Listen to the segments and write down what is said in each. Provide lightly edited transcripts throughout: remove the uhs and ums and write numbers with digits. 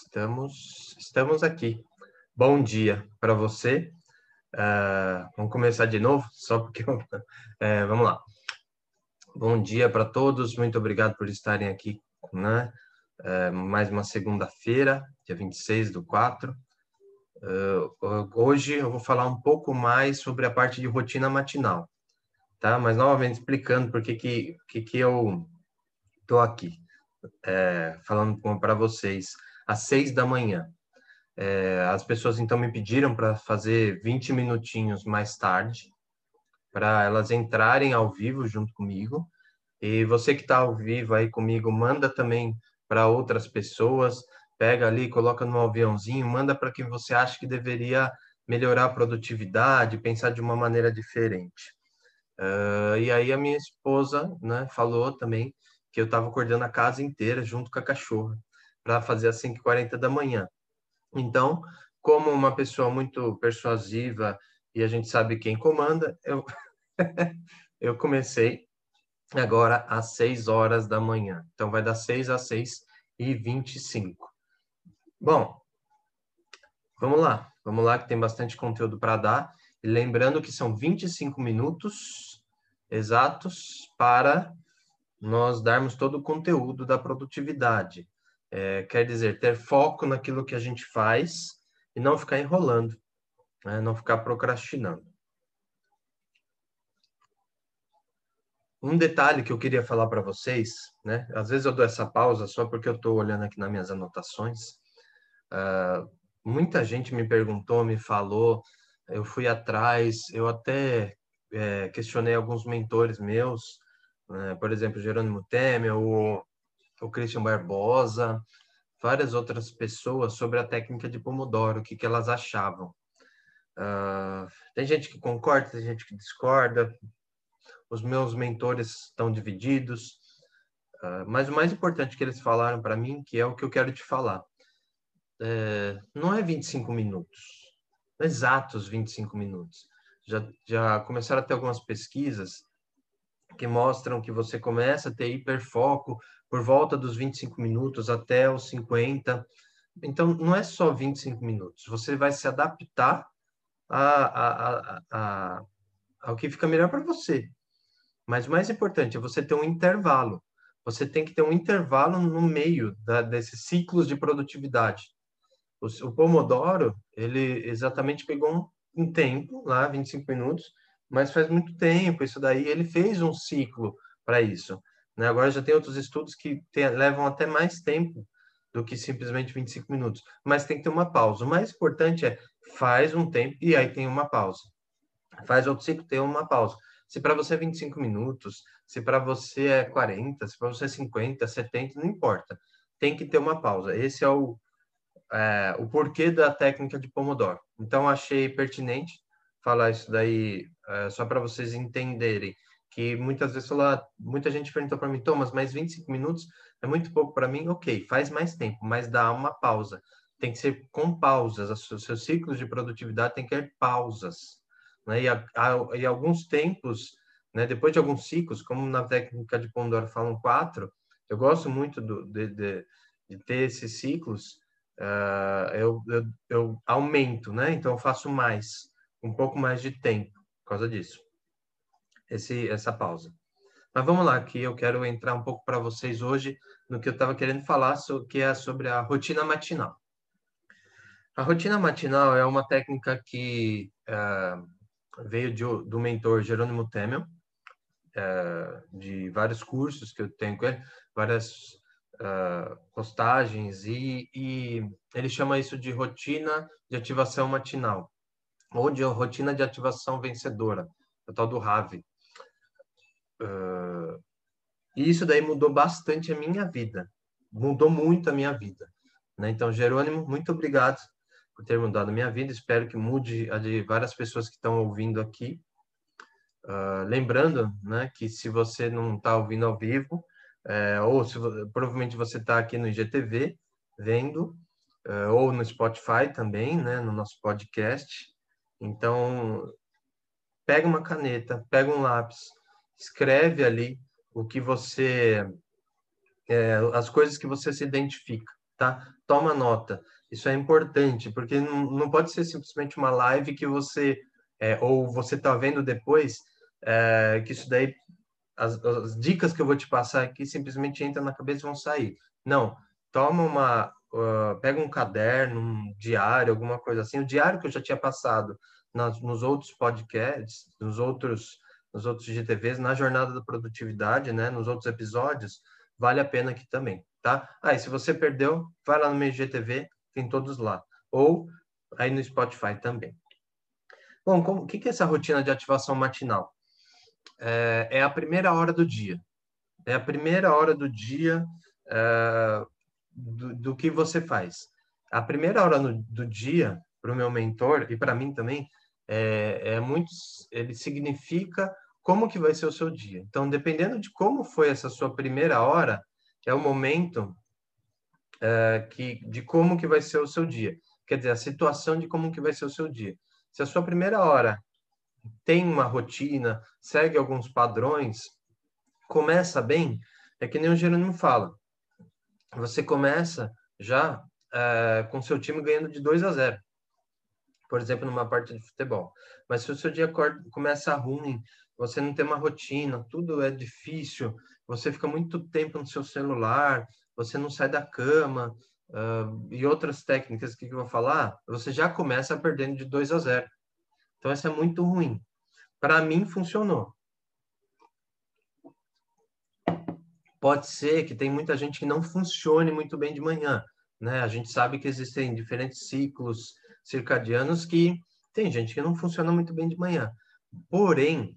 Estamos aqui. Bom dia para você. Vamos começar de novo, só porque vamos lá. Bom dia para todos, muito obrigado por estarem aqui, né? Mais uma segunda-feira, dia 26/4. Hoje eu vou falar um pouco mais sobre a parte de rotina matinal, tá? Mas novamente explicando por que eu estou aqui, falando para vocês às 6 da manhã. As pessoas então me pediram para fazer 20 minutinhos mais tarde, para elas entrarem ao vivo junto comigo. E você que está ao vivo aí comigo, manda também para outras pessoas, pega ali, coloca no aviãozinho, manda para quem você acha que deveria melhorar a produtividade, pensar de uma maneira diferente. E aí a minha esposa, né, falou também que eu estava acordando a casa inteira junto com a cachorra para fazer às 5h40 da manhã. Então, como uma pessoa muito persuasiva e a gente sabe quem comanda, eu comecei agora às 6 horas da manhã. Então, vai dar 6 às 6h25. Bom, vamos lá que tem bastante conteúdo para dar. E lembrando que são 25 minutos exatos para nós darmos todo o conteúdo da produtividade. Quer dizer, ter foco naquilo que a gente faz e não ficar enrolando, né? Não ficar procrastinando. Um detalhe que eu queria falar para vocês, né? Às vezes eu dou essa pausa só porque eu estou olhando aqui nas minhas anotações. Muita gente me perguntou, me falou, eu fui atrás, eu até questionei alguns mentores meus, por exemplo, Jerônimo Temer, o Christian Barbosa, várias outras pessoas sobre a técnica de Pomodoro, o que elas achavam. Tem gente que concorda, tem gente que discorda. Os meus mentores estão divididos. Mas o mais importante que eles falaram para mim, que é o que eu quero te falar, não é 25 minutos, exatos 25 minutos. Já começaram a ter algumas pesquisas que mostram que você começa a ter hiperfoco por volta dos 25 minutos até os 50. Então, não é só 25 minutos. Você vai se adaptar ao que fica melhor para você. Mas o mais importante é você ter um intervalo. Você tem que ter um intervalo no meio desses ciclos de produtividade. O Pomodoro, ele exatamente pegou um tempo, lá, 25 minutos, mas faz muito tempo isso daí. Ele fez um ciclo para isso, né? Agora já tem outros estudos que levam até mais tempo do que simplesmente 25 minutos. Mas tem que ter uma pausa. O mais importante é faz um tempo e aí tem uma pausa. Faz outro ciclo, tem uma pausa. Se para você é 25 minutos, se para você é 40, se para você é 50, 70, não importa. Tem que ter uma pausa. Esse é o porquê da técnica de Pomodoro. Então, achei pertinente falar isso daí, só para vocês entenderem que muitas vezes muita gente perguntou para mim, Thomas, mas 25 minutos é muito pouco para mim? Ok, faz mais tempo, mas dá uma pausa. Tem que ser com pausas. Os seus ciclos de produtividade têm que ter pausas, né? E alguns tempos, né, depois de alguns ciclos, como na técnica de Pomodoro falam 4, eu gosto muito de ter esses ciclos. Eu aumento, né? Então eu faço mais, um pouco mais de tempo por causa disso, essa pausa. Mas vamos lá, que eu quero entrar um pouco para vocês hoje no que eu estava querendo falar, que é sobre a rotina matinal. A rotina matinal é uma técnica que veio do mentor Jerônimo Temer, de vários cursos que eu tenho com ele, várias postagens, e ele chama isso de rotina de ativação matinal, ou de rotina de ativação vencedora, o tal do RAVE. E isso daí mudou bastante a minha vida, mudou muito a minha vida, né? Então, Jerônimo, muito obrigado por ter mudado a minha vida, espero que mude a de várias pessoas que estão ouvindo aqui. Lembrando, né, que se você não está ouvindo ao vivo, ou provavelmente você está aqui no IGTV vendo, ou no Spotify também, né, no nosso podcast. Então, pega uma caneta, pega um lápis, escreve ali o que você, as coisas que você se identifica, tá? Toma nota. Isso é importante, porque não pode ser simplesmente uma live que você, ou você está vendo depois, que isso daí, as dicas que eu vou te passar aqui simplesmente entram na cabeça e vão sair. Não, toma pega um caderno, um diário, alguma coisa assim. O diário que eu já tinha passado nos outros podcasts, nos outros GTVs, na Jornada da Produtividade, né, nos outros episódios, vale a pena aqui também, tá? E se você perdeu, vai lá no meu GTV, tem todos lá. Ou aí no Spotify também. Bom, o que é essa rotina de ativação matinal? É a primeira hora do dia. É a primeira hora do dia do que você faz. A primeira hora do dia, para o meu mentor e para mim também, muito. Ele significa como que vai ser o seu dia. Então, dependendo de como foi essa sua primeira hora, é o momento de como que vai ser o seu dia. Quer dizer, a situação de como que vai ser o seu dia. Se a sua primeira hora tem uma rotina, segue alguns padrões, começa bem, é que nem o Jerônimo fala. Você começa já com seu time ganhando de 2-0, por exemplo, numa partida de futebol. Mas se o seu dia começa ruim, você não tem uma rotina, tudo é difícil, você fica muito tempo no seu celular, você não sai da cama, e outras técnicas que eu vou falar, você já começa perdendo de 2-0. Então, isso é muito ruim. Para mim, funcionou. Pode ser que tem muita gente que não funcione muito bem de manhã, né? A gente sabe que existem diferentes ciclos circadianos que tem gente que não funciona muito bem de manhã. Porém,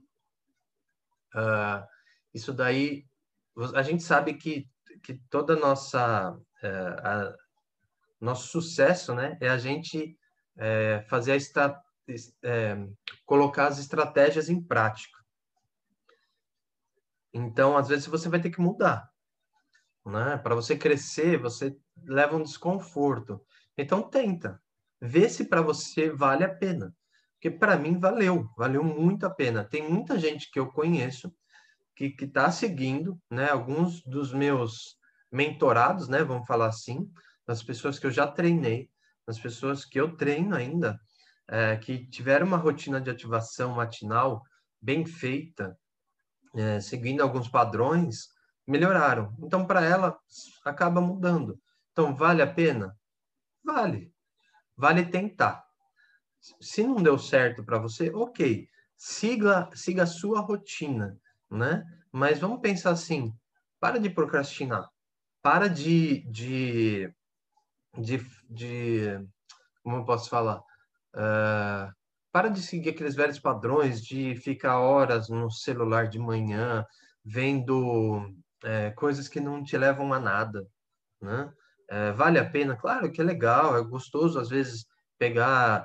isso daí, a gente sabe que toda nosso sucesso, né, é a gente fazer colocar as estratégias em prática. Então, às vezes, você vai ter que mudar, né? Para você crescer, você leva um desconforto. Então, tenta. Vê se para você vale a pena. Porque para mim valeu muito a pena. Tem muita gente que eu conheço que está seguindo, né? Alguns dos meus mentorados, né? Vamos falar assim, das pessoas que eu já treinei, das pessoas que eu treino ainda, que tiveram uma rotina de ativação matinal bem feita, seguindo alguns padrões, melhoraram. Então, para ela, acaba mudando. Então, vale a pena? Vale. Vale tentar. Se não deu certo para você, ok. Siga a sua rotina, né? Mas vamos pensar assim, para de procrastinar. Para de, de como eu posso falar? Ah, para de seguir aqueles velhos padrões de ficar horas no celular de manhã, vendo coisas que não te levam a nada, né? Vale a pena? Claro que é legal, é gostoso às vezes pegar,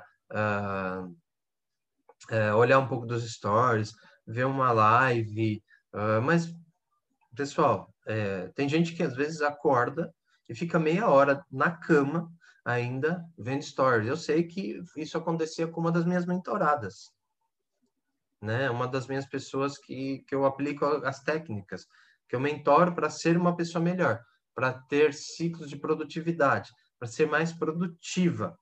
olhar um pouco dos stories, ver uma live, mas, pessoal, tem gente que às vezes acorda e fica meia hora na cama ainda vendo stories. Eu sei que isso acontecia com uma das minhas mentoradas, né? Uma das minhas pessoas que eu aplico as técnicas, que eu mentoro para ser uma pessoa melhor, para ter ciclos de produtividade, para ser mais produtiva.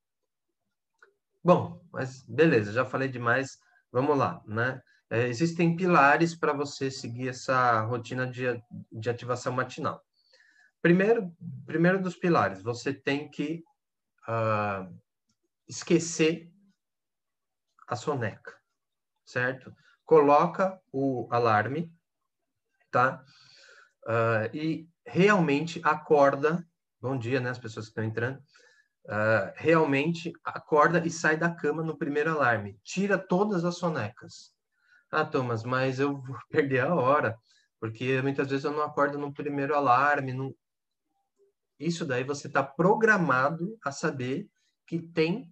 Bom, mas beleza, já falei demais. Vamos lá, né? Existem pilares para você seguir essa rotina de ativação matinal. Primeiro dos pilares, você tem que esquecer a soneca, certo? Coloca o alarme, tá? E realmente acorda. Bom dia, né? As pessoas que estão entrando. Realmente acorda e sai da cama no primeiro alarme. Tira todas as sonecas. Thomas, mas eu vou perder a hora, porque muitas vezes eu não acordo no primeiro alarme. Isso daí você está programado a saber que tem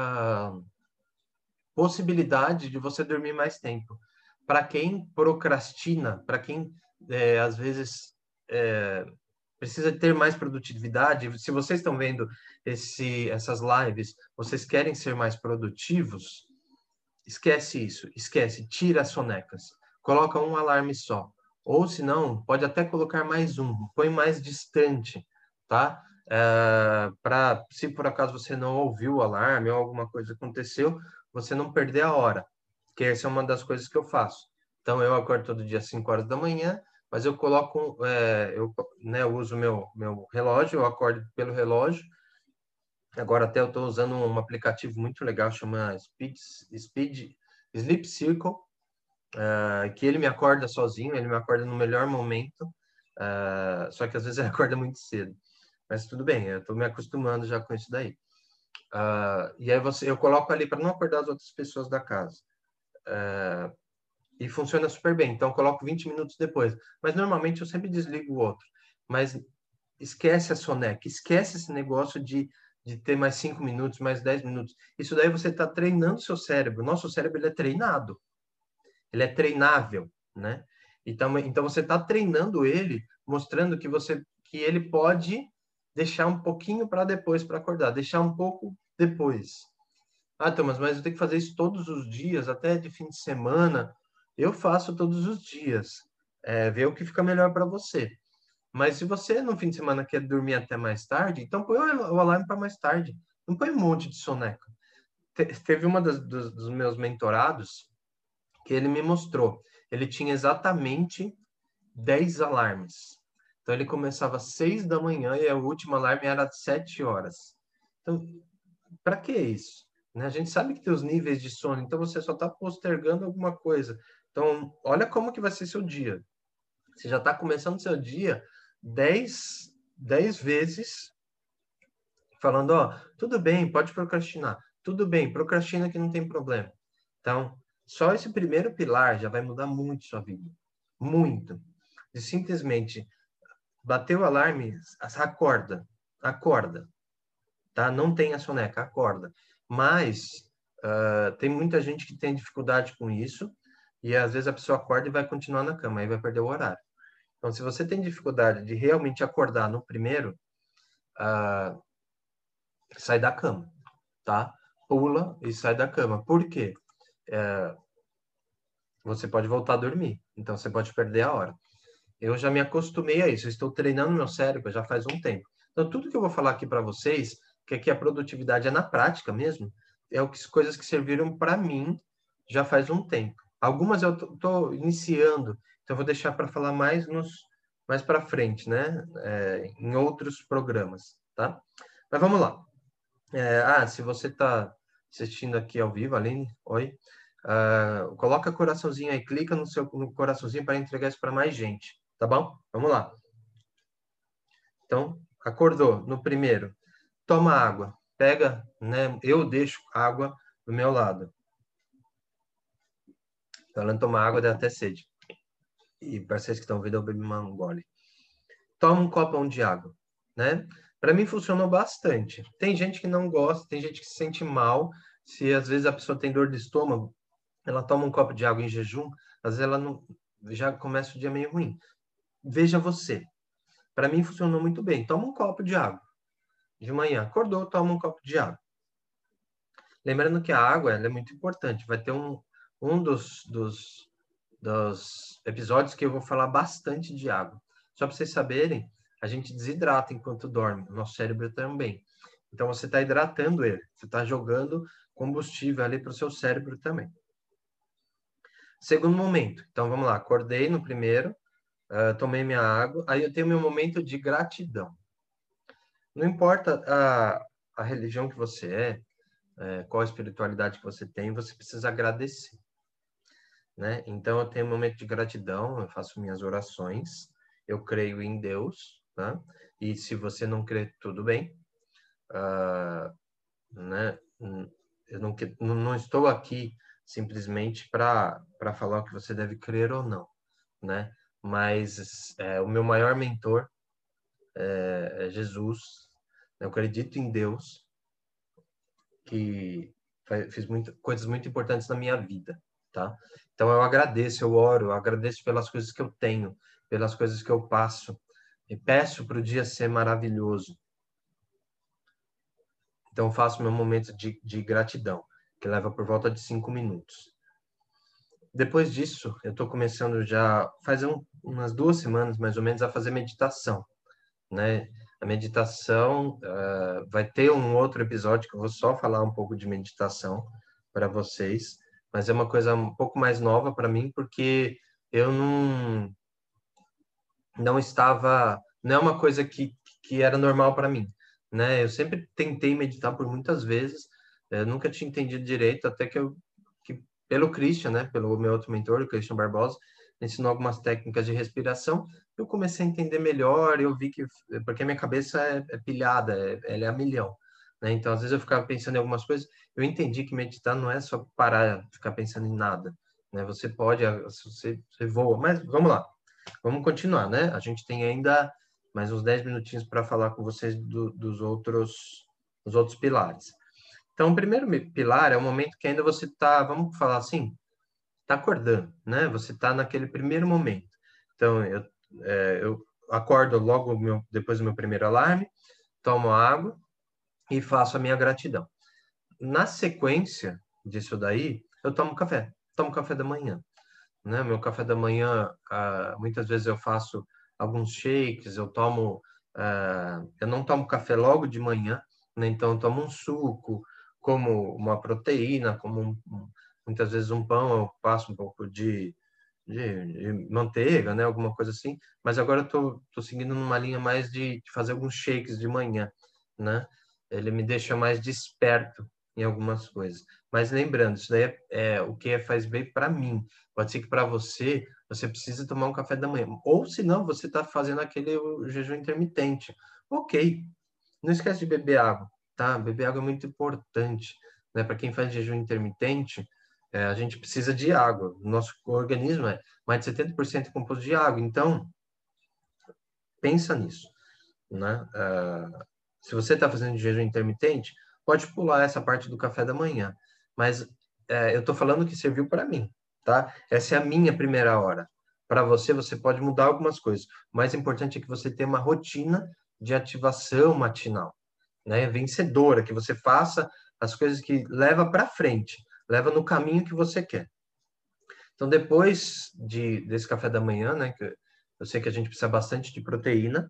possibilidade de você dormir mais tempo. Para quem procrastina, para quem às vezes precisa ter mais produtividade, se vocês estão vendo essas lives, vocês querem ser mais produtivos, esquece isso, esquece, tira as sonecas, coloca um alarme só. Ou se não, pode até colocar mais um, põe mais distante, tá? para, se por acaso você não ouviu o alarme ou alguma coisa aconteceu, você não perder a hora, que essa é uma das coisas que eu faço. Então, eu acordo todo dia às 5 horas da manhã, mas eu coloco, eu uso meu relógio, eu acordo pelo relógio. Agora até eu estou usando um aplicativo muito legal, chama Sleep Circle, que ele me acorda sozinho, ele me acorda no melhor momento, só que às vezes ele acorda muito cedo. Mas tudo bem, eu estou me acostumando já com isso daí. E aí eu coloco ali para não acordar as outras pessoas da casa. E funciona super bem. Então, eu coloco 20 minutos depois. Mas normalmente eu sempre desligo o outro. Mas esquece a soneca, esquece esse negócio de ter mais 5 minutos, mais 10 minutos. Isso daí você está treinando seu cérebro. Nosso cérebro ele é treinado, ele é treinável, né? Então você está treinando ele, mostrando que ele pode deixar um pouquinho para depois para acordar, deixar um pouco depois. Ah, Thomas, mas eu tenho que fazer isso todos os dias, até de fim de semana. Eu faço todos os dias. Ver o que fica melhor para você. Mas se você no fim de semana quer dormir até mais tarde, então põe o alarme para mais tarde. Não põe um monte de soneca. Teve uma dos meus mentorados que ele me mostrou. Ele tinha exatamente 10 alarmes. Então ele começava às 6 da manhã e o último alarme era às 7 horas. Então, para que isso? Né? A gente sabe que tem os níveis de sono, então você só está postergando alguma coisa. Então, olha como que vai ser seu dia. Você já está começando seu dia 10 vezes falando, ó, tudo bem, pode procrastinar. Tudo bem, procrastina que não tem problema. Então, só esse primeiro pilar já vai mudar muito sua vida. Muito. De simplesmente bater o alarme, acorda, acorda, tá? Não tenha soneca, acorda. Mas tem muita gente que tem dificuldade com isso e às vezes a pessoa acorda e vai continuar na cama, aí vai perder o horário. Então, se você tem dificuldade de realmente acordar no primeiro, sai da cama, tá? Pula e sai da cama. Por quê? Você pode voltar a dormir, então você pode perder a hora. Eu já me acostumei a isso, eu estou treinando meu cérebro já faz um tempo. Então, tudo que eu vou falar aqui para vocês, que aqui a produtividade é na prática mesmo, coisas que serviram para mim já faz um tempo. Algumas eu estou iniciando, então eu vou deixar para falar mais para frente, né? Em outros programas, tá? Mas vamos lá. Se você está assistindo aqui ao vivo, Aline, oi. Coloca coraçãozinho aí, clica no coraçãozinho para entregar isso para mais gente, tá bom? Vamos lá. Então, acordou no primeiro, toma água, pega, né? Eu deixo água do meu lado. Falando tomar água, dá até sede. E para vocês que estão vendo, eu bebi uma gole. Toma um copão de água, né? Para mim funcionou bastante. Tem gente que não gosta, tem gente que se sente mal. Se às vezes a pessoa tem dor de estômago, ela toma um copo de água em jejum, às vezes ela não, já começa o dia meio ruim. Veja você. Para mim funcionou muito bem. Toma um copo de água. De manhã, acordou, toma um copo de água. Lembrando que a água ela é muito importante. Vai ter um dos episódios que eu vou falar bastante de água. Só para vocês saberem, a gente desidrata enquanto dorme, o nosso cérebro também. Então você está hidratando ele, você está jogando combustível ali para o seu cérebro também. Segundo momento, então vamos lá, acordei no primeiro, tomei minha água, aí eu tenho meu momento de gratidão. Não importa a religião que você qual a espiritualidade que você precisa agradecer, né? Então eu tenho um momento de gratidão, eu faço minhas orações, eu creio em Deus, né? E se você não crê, tudo bem, né? Eu não estou aqui simplesmente para falar o que você deve crer ou não, né? Mas o meu maior mentor é Jesus. Eu acredito em Deus, que fez coisas muito importantes na minha vida, tá? Então eu agradeço, eu oro, eu agradeço pelas coisas que eu tenho, pelas coisas que eu passo, e peço para o dia ser maravilhoso. Então eu faço meu momento de gratidão, que leva por volta de 5 minutos. Depois disso, eu estou começando já, faz umas 2 semanas mais ou menos, a fazer meditação, né? A meditação, vai ter um outro episódio que eu vou só falar um pouco de meditação para vocês, mas é uma coisa um pouco mais nova para mim, porque eu não estava, não é uma coisa que era normal para mim, né? Eu sempre tentei meditar por muitas vezes, eu nunca tinha entendido direito, até que pelo Christian, né? Pelo meu outro mentor, o Christian Barbosa, ensinou algumas técnicas de respiração, eu comecei a entender melhor, eu vi que, porque a minha cabeça é pilhada, ela é a milhão, né? Então, às vezes eu ficava pensando em algumas coisas, eu entendi que meditar não é só parar, ficar pensando em nada, né? Você pode, você voa, mas vamos lá. Vamos continuar, né? A gente tem ainda mais uns 10 minutinhos para falar com vocês dos outros pilares. Então, o primeiro pilar é o momento que ainda você está, vamos falar assim, está acordando, né? Você está naquele primeiro momento. Então, eu acordo logo depois do meu primeiro alarme, tomo água e faço a minha gratidão. Na sequência disso daí, eu tomo café da manhã, né? Meu café da manhã, muitas vezes eu faço alguns shakes, eu não tomo café logo de manhã, né? Então eu tomo um suco, como uma proteína, muitas vezes um pão, eu passo um pouco de manteiga, né? Alguma coisa assim, mas agora eu tô seguindo numa linha mais de fazer alguns shakes de manhã, né? Ele me deixa mais desperto em algumas coisas. Mas lembrando, isso daí é o que faz bem para mim. Pode ser que para você, você precisa tomar um café da manhã. Ou se não, você está fazendo aquele o jejum intermitente. Ok. Não esquece de beber água, tá? Beber água é muito importante, né? Para quem faz jejum intermitente, a gente precisa de água. O nosso organismo é mais de 70% composto de água. Então, pensa nisso, né? Se você está fazendo jejum intermitente, pode pular essa parte do café da manhã. Mas eu estou falando que serviu para mim, tá? Essa é a minha primeira hora. Para você, você pode mudar algumas coisas. O mais importante é que você tenha uma rotina de ativação matinal, né? Vencedora, que você faça as coisas que leva para frente, leva no caminho que você quer. Então, depois desse café da manhã, né? Que eu sei que a gente precisa bastante de proteína,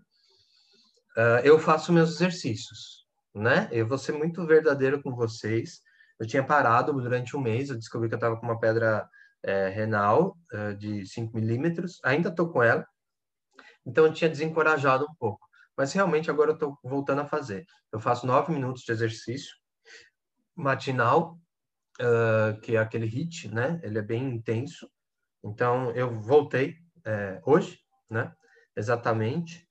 eu faço meus exercícios, né? Eu vou ser muito verdadeiro com vocês. Eu tinha parado durante um mês, eu descobri que eu estava com uma pedra renal de 5 milímetros, ainda estou com ela, então eu tinha desencorajado um pouco. Mas realmente agora eu estou voltando a fazer. Eu faço 9 minutos de exercício matinal, que é aquele HIIT, né? Ele é bem intenso. Então eu voltei hoje, né? Exatamente.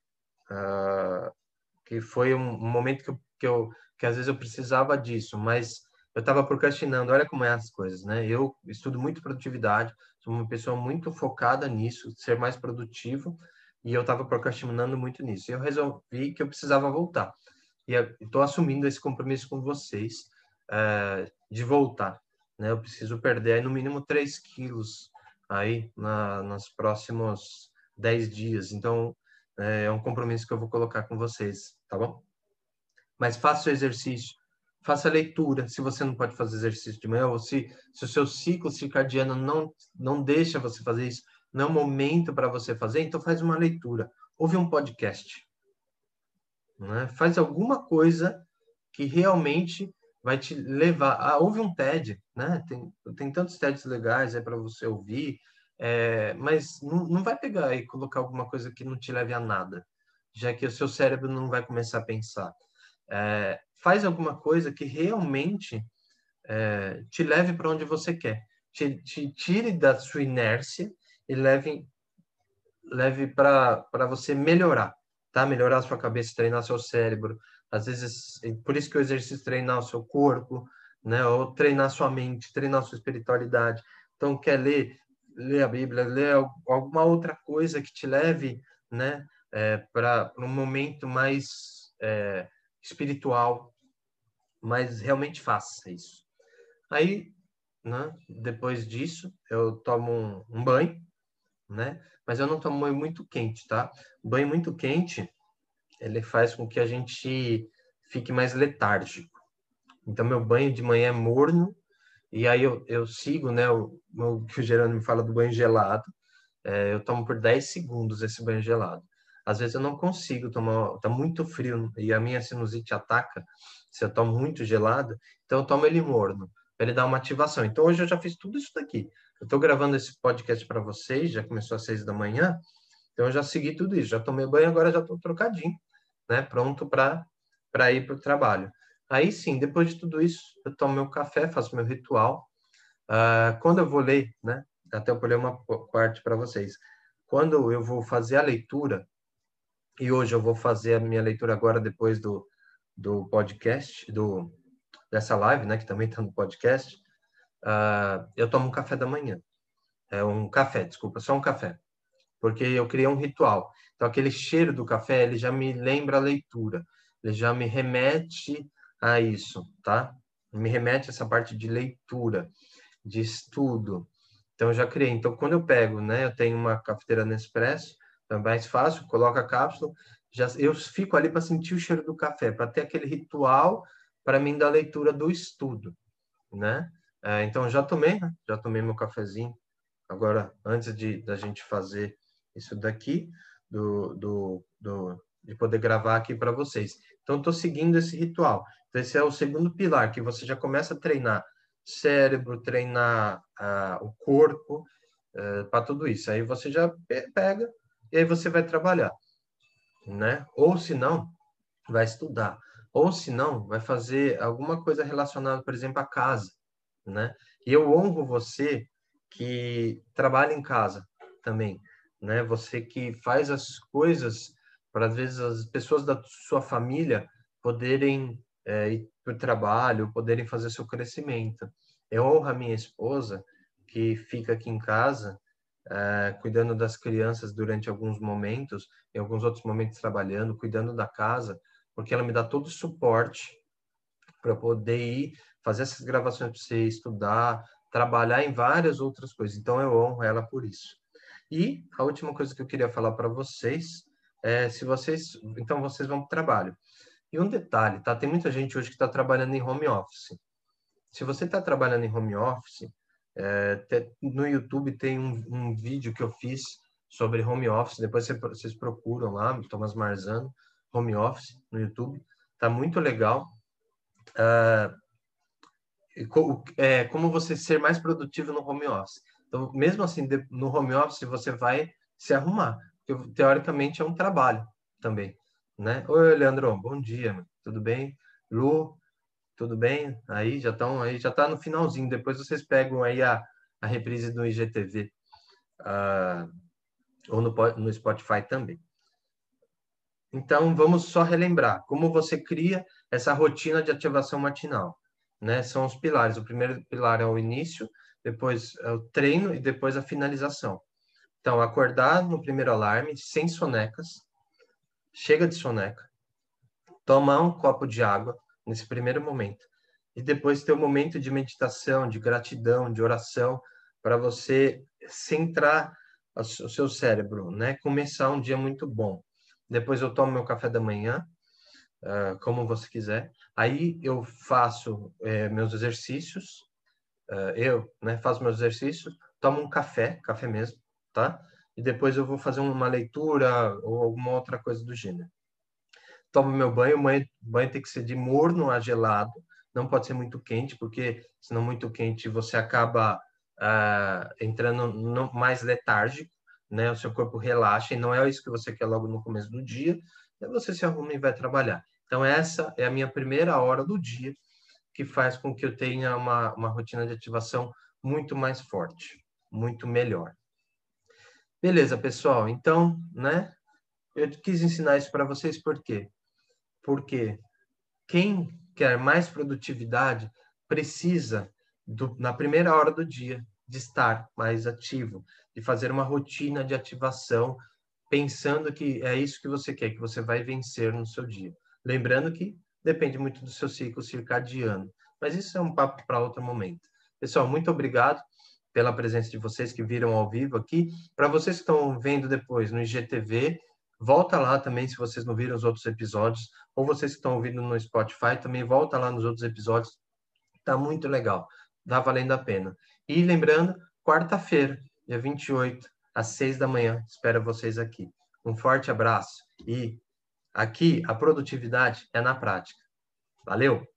Que foi um momento que às vezes eu precisava disso, mas eu estava procrastinando. Olha como é as coisas, né? Eu estudo muito produtividade, sou uma pessoa muito focada nisso, ser mais produtivo, e eu estava procrastinando muito nisso. E eu resolvi que eu precisava voltar. E estou assumindo esse compromisso com vocês, de voltar, né? Eu preciso perder aí, no mínimo 3 quilos aí nos próximos 10 dias. Então, é um compromisso que eu vou colocar com vocês, tá bom? Mas faça o exercício, faça a leitura, se você não pode fazer exercício de manhã, ou se o seu ciclo circadiano não deixa você fazer isso, não é o momento para você fazer, então faz uma leitura, ouve um podcast, né? Faz alguma coisa que realmente vai te levar. Ouve um TED, né? Tem tantos TEDs legais aí para você ouvir, mas não vai pegar e colocar alguma coisa que não te leve a nada, já que o seu cérebro não vai começar a pensar. Faz alguma coisa que realmente te leve para onde você quer, te tire da sua inércia e leve para você melhorar, tá? Melhorar a sua cabeça, treinar seu cérebro. Às vezes, por isso que o exercício treinar o seu corpo, né? Ou treinar sua mente, treinar sua espiritualidade. Então, quer ler a Bíblia, ler alguma outra coisa que te leve, né? Para um momento mais espiritual, mas realmente faça isso. Aí, né? Depois disso, eu tomo um banho, né? Mas eu não tomo banho muito quente, tá? Banho muito quente, ele faz com que a gente fique mais letárgico. Então, meu banho de manhã é morno, e aí eu sigo, né, que o Gerônimo fala do banho gelado. Eu tomo por 10 segundos esse banho gelado. Às vezes eu não consigo tomar, tá muito frio e a minha sinusite ataca se eu tomo muito gelado, então eu tomo ele morno, para ele dar uma ativação. Então hoje eu já fiz tudo isso daqui. Eu estou gravando esse podcast para vocês, já começou às 6 da manhã, então eu já segui tudo isso, já tomei banho, agora já estou trocadinho, né? Pronto para ir para o trabalho. Aí sim, depois de tudo isso, eu tomo meu café, faço meu ritual. Quando eu vou ler, né? Até eu vou ler uma parte para vocês. Quando eu vou fazer a leitura, e hoje eu vou fazer a minha leitura agora depois do podcast, dessa live, né? Que também está no podcast. Eu tomo um café da manhã. É um café, desculpa, só um café. Porque eu criei um ritual. Então, aquele cheiro do café, ele já me lembra a leitura. Ele já me remete a isso, tá? Me remete a essa parte de leitura, de estudo. Então, eu já criei. Então, quando eu pego, né? Eu tenho uma cafeteira Nespresso, então é mais fácil, coloco a cápsula, já, eu fico ali para sentir o cheiro do café, para ter aquele ritual para mim da leitura do estudo, né? Então, já tomei, né? Já tomei meu cafezinho. Agora, antes da gente fazer isso daqui, de poder gravar aqui para vocês. Então, estou seguindo esse ritual. Então, esse é o segundo pilar, que você já começa a treinar cérebro, treinar o corpo, para tudo isso. Aí você já pega e aí você vai trabalhar, né? Ou se não, vai estudar. Ou se não, vai fazer alguma coisa relacionada, por exemplo, à casa, né? E eu honro você que trabalha em casa também, né? Você que faz as coisas para, às vezes, as pessoas da sua família poderem ir para o trabalho, poderem fazer seu crescimento. Eu honro a minha esposa, que fica aqui em casa, cuidando das crianças durante alguns momentos, em alguns outros momentos trabalhando, cuidando da casa, porque ela me dá todo o suporte para poder ir fazer essas gravações para você estudar, trabalhar em várias outras coisas. Então eu honro ela por isso. E a última coisa que eu queria falar para vocês é se vocês, então vocês vão para o trabalho. E um detalhe, tá? Tem muita gente hoje que está trabalhando em home office. Se você está trabalhando em home office, no YouTube tem um vídeo que eu fiz sobre home office. Depois vocês procuram lá, Thomas Marzano, home office no YouTube. Tá muito legal. Como você ser mais produtivo no home office. Então, mesmo assim, no home office, você vai se arrumar, porque teoricamente é um trabalho também, né? Oi, Leandro, bom dia, tudo bem? Lu, tudo bem? Aí já tá no finalzinho, depois vocês pegam aí a reprise do IGTV, ou no Spotify também. Então, vamos só relembrar como você cria essa rotina de ativação matinal, né? São os pilares. O primeiro pilar é o início, depois é o treino e depois a finalização. Então, acordar no primeiro alarme, sem sonecas, chega de soneca, tomar um copo de água nesse primeiro momento e depois ter um momento de meditação, de gratidão, de oração, para você centrar o seu cérebro, né? Começar um dia muito bom. Depois eu tomo meu café da manhã, como você quiser. Aí eu faço meus exercícios, né, faço meus exercícios, tomo um café mesmo, tá? E depois eu vou fazer uma leitura ou alguma outra coisa do gênero. Tomo meu banho, banho tem que ser de morno a gelado, não pode ser muito quente, porque senão muito quente você acaba entrando mais letárgico, né? O seu corpo relaxa e não é isso que você quer logo no começo do dia, aí você se arruma e vai trabalhar. Então essa é a minha primeira hora do dia, que faz com que eu tenha uma rotina de ativação muito mais forte, muito melhor. Beleza, pessoal? Então, né? Eu quis ensinar isso para vocês por quê? Porque quem quer mais produtividade precisa, na primeira hora do dia, de estar mais ativo, de fazer uma rotina de ativação, pensando que é isso que você quer, que você vai vencer no seu dia. Lembrando que depende muito do seu ciclo circadiano, mas isso é um papo para outro momento. Pessoal, muito obrigado pela presença de vocês que viram ao vivo aqui. Para vocês que estão vendo depois no IGTV, volta lá também se vocês não viram os outros episódios, ou vocês que estão ouvindo no Spotify, também volta lá nos outros episódios. Tá muito legal, tá valendo a pena. E lembrando, quarta-feira, dia 28, às 6 da manhã, espero vocês aqui. Um forte abraço. E aqui a produtividade é na prática. Valeu!